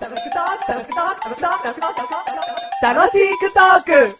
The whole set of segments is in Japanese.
楽しくトーク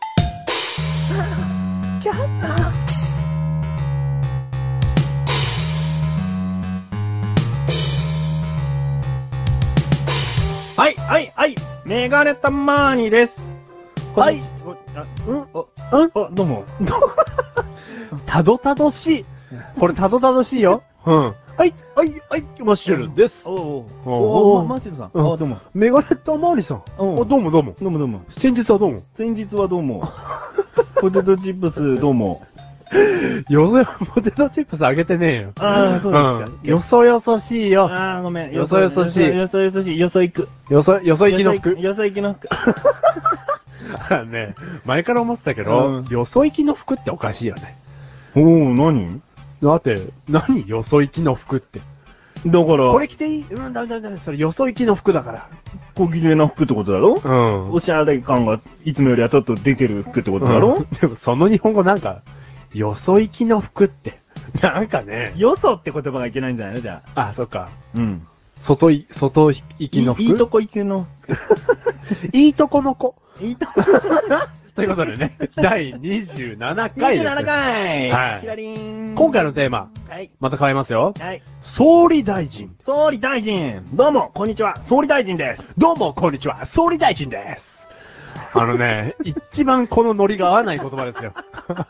はい、はい、はい。メガネたまーにです。 はい。 どうも。 たどたどしい。これたどたどしいよ。うん。はい、はい、はい、マッシュルです。 マッシュルさん。どうも。 メガネたまーにさん。どうもどうも。 どうもどうも。 先日はどうも。 先日はどうも。ポテトチップスどうも。 よそポテトチップスあげてねえよ。 ああ、そうですか。 よそよそしいよ。 ああ、ごめん。 よそよそしい。 よそよそしい。よそ行く。 よそ行きの服。 よそ行きの服。 ね、前から思ってたけど、よそ行きの服っておかしいよね。 何だって、何よそ行きの服って。 だから、 これ着ていい？ダメ。それよそ行きの服だから。 小綺麗な服ってことだろ？おしゃれ感がいつもよりはちょっと出てる服ってことだろ？ でもその日本語なんか、よそ行きの服って。なんかね。 よそって言葉がいけないんじゃないのじゃあ。 あ、そっか。 外行きの服。 いいとこ行きの服。 いいとこの子。 いいとこ。 ということでね、第27回です。 27回はい。 キラリン。 今回のテーマ。 はい。 また変えますよ。 はい。 総理大臣。 総理大臣。どうも、こんにちは。総理大臣です。 どうも、こんにちは。総理大臣です。一番このノリが合わない言葉ですよ。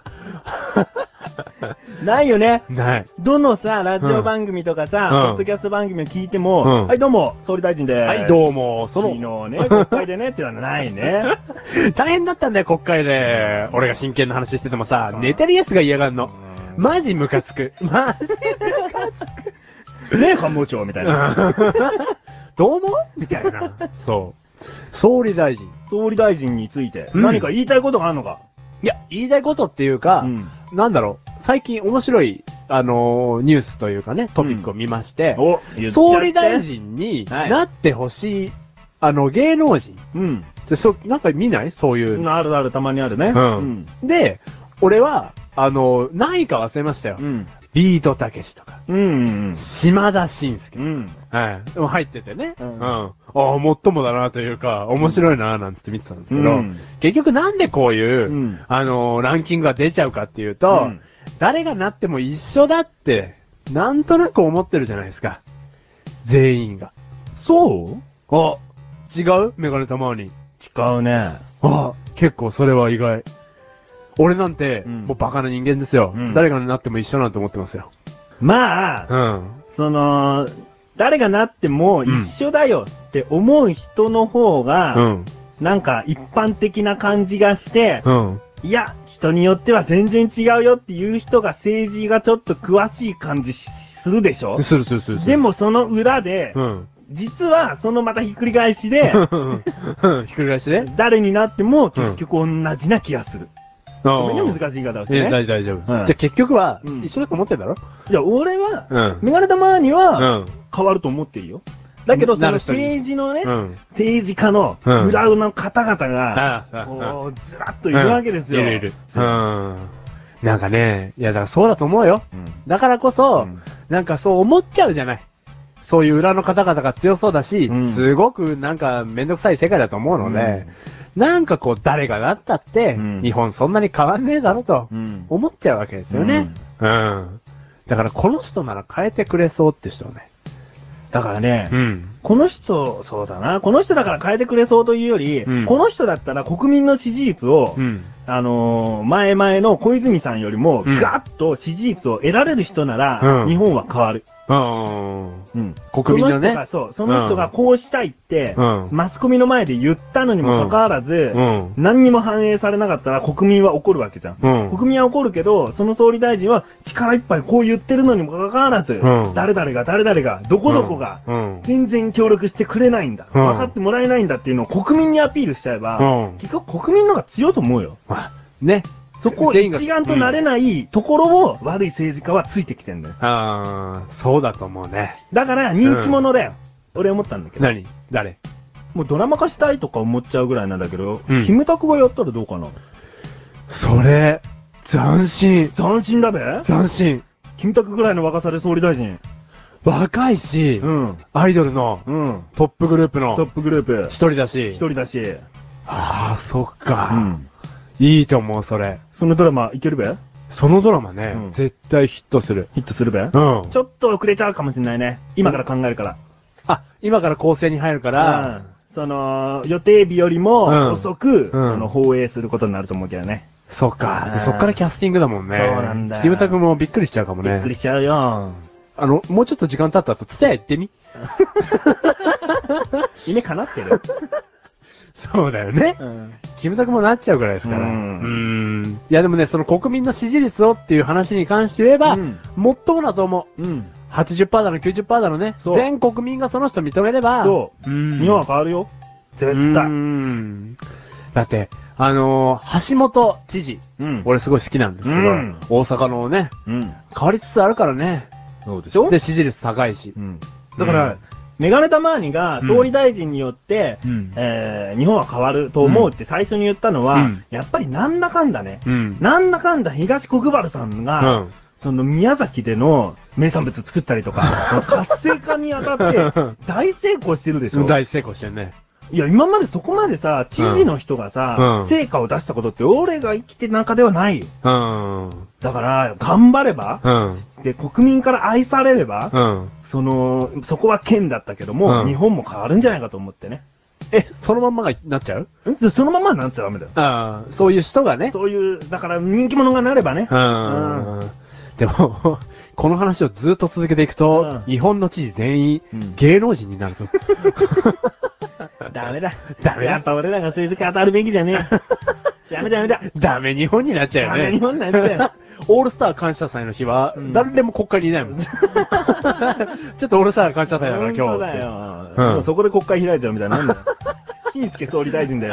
ないよね。 ない。 どのさ、ラジオ番組とかさ、ポッドキャスト番組を聞いても、はい、どうも、総理大臣です。 はい、どうも、 昨日ね、国会でね、ってのはないね。 大変だったんだよ、国会で。俺が真剣な話しててもさ、寝てるやつが嫌がんの。マジムカつく。マジムカつく。 ねえ、官房長みたいな。 どうもみたいな。そう。総理大臣。 総理大臣について、何か言いたいことがあるのか？ いや、言いたいことっていうか、なんだろう、最近面白い、ニュースというかね、トピックを見まして、総理大臣になってほしい、芸能人。で、なんか見ないそういう。 ある、たまにあるね。 で、俺は、何位か忘れましたよ。ビートたけしとか。島田紳介。はい。でも入っててね。ああ、もっともだなというか、面白いななんつって見てたんですけど、結局なんでこういう、ランキングが出ちゃうかっていうと、誰がなっても一緒だって、なんとなく思ってるじゃないですか。全員が。 そうあ、違う？メガネたまに。 違うね。 あ、結構それは意外。俺なんて、もうバカな人間ですよ。誰がなっても一緒なんて思ってますよ。 まあ、誰がなっても一緒だよって思う人の方が、なんか一般的な感じがして、いや、人によっては全然違うよっていう人が政治がちょっと詳しい感じするでしょ？ する。 でもその裏で、実はそのまたひっくり返しで、 ひっくり返しで誰になっても結局同じな気がする。ごめんね、難しい言い方をしてね。 大丈夫。じゃあ結局は、一緒だと思ってんだろ？ いや、俺は、メガネたまには、変わると思ってるよ。だけど、その政治のね、政治家の裏の方々が、こう、ずらっといるわけですよ。 いる。なんかね、いや、だからそうだと思うよ。だからこそ、なんかそう思っちゃうじゃない。そういう裏の方々が強そうだし、すごくなんかめんどくさい世界だと思うので、なんかこう誰がなったって、日本そんなに変わんねえだろと、思っちゃうわけですよね。だからこの人なら変えてくれそうって人ね。 だからね、この人、そうだな、この人だから変えてくれそうというより、この人だったら国民の支持率を、前々の小泉さんよりも、ガッと支持率を得られる人なら、日本は変わる。国民のね。その人がこうしたいって、マスコミの前で言ったのにもかかわらず、何にも反映されなかったら国民は怒るわけじゃん。国民は怒るけど、その総理大臣は力いっぱいこう言ってるのにもかかわらず、誰々が、どこどこが、全然協力してくれないんだ。分かってもらえないんだっていうのを国民にアピールしちゃえば、結局国民の方が強いと思うよ。 ね。 そこを一丸となれないところを悪い政治家はついてきてんだよ。 そうだと思うね。 だから人気者だよ。俺思ったんだけど。 誰？ もうドラマ化したいとか思っちゃうぐらいなんだけど、キムタクがやったらどうかな？ それ、斬新。 斬新だべ？ 斬新。 キムタクぐらいの若さで総理大臣。 若いし、アイドルの、トップグループの、一人だし。ああ、そっか。いいと思う、それ。 そのドラマいけるべ？ そのドラマね、絶対ヒットする。 ヒットするべ？ちょっと遅れちゃうかもしれないね。今から考えるから。 あ、今から構成に入るから、 予定日よりも遅く、放映することになると思うけどね。 そっか。そっからキャスティングだもんね。 そうなんだよ。 キムタクもびっくりしちゃうかもね。 びっくりしちゃうよ。 もうちょっと時間経った後、ツタヤ行ってみ夢叶ってる。 そうだよね。キムタクもなっちゃうぐらいですから。いやでもね、その国民の支持率をっていう話に関して言えば、もっともだと思う。80% だの 90% だのね。全国民がその人認めれば、 日本は変わるよ。絶対。 だって、橋本知事、俺すごい好きなんですけど、大阪のね、変わりつつあるからね。 そうでしょ？ で、支持率高いし。 だから、メガネタマーニが総理大臣によって、日本は変わると思うって最初に言ったのは、やっぱりなんだかんだね。なんだかんだ東国原さんが、その宮崎での名産物作ったりとか、活性化にあたって大成功してるでしょ？ 大成功してるね。 いや、今までそこまでさ、知事の人がさ、成果を出したことって俺が生きてる中ではないよ。だから、頑張れば、で、国民から愛されれば、そこは県だったけども、日本も変わるんじゃないかと思ってね。 そのまんまがなっちゃう？ そのままになっちゃダメだよ。 そういう人がね。 だから人気者がなればね。 でも、この話をずっと続けていくと、日本の知事全員、芸能人になるぞ。 ダメだ。やっぱ俺らがそういう語るべきじゃねえ。ダメ。 ダメ日本になっちゃうよね。 ダメ日本になっちゃう。 オールスター感謝祭の日は、誰でも国会にいないもん。ちょっとオールスター感謝祭だから今日。 そうだよ。もうそこで国会開いちゃうみたいなんだよ。新助総理大臣だよ。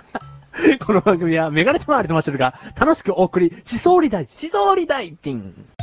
この番組はメガネと周りのマッシュルが楽しくお送り、し総理大臣。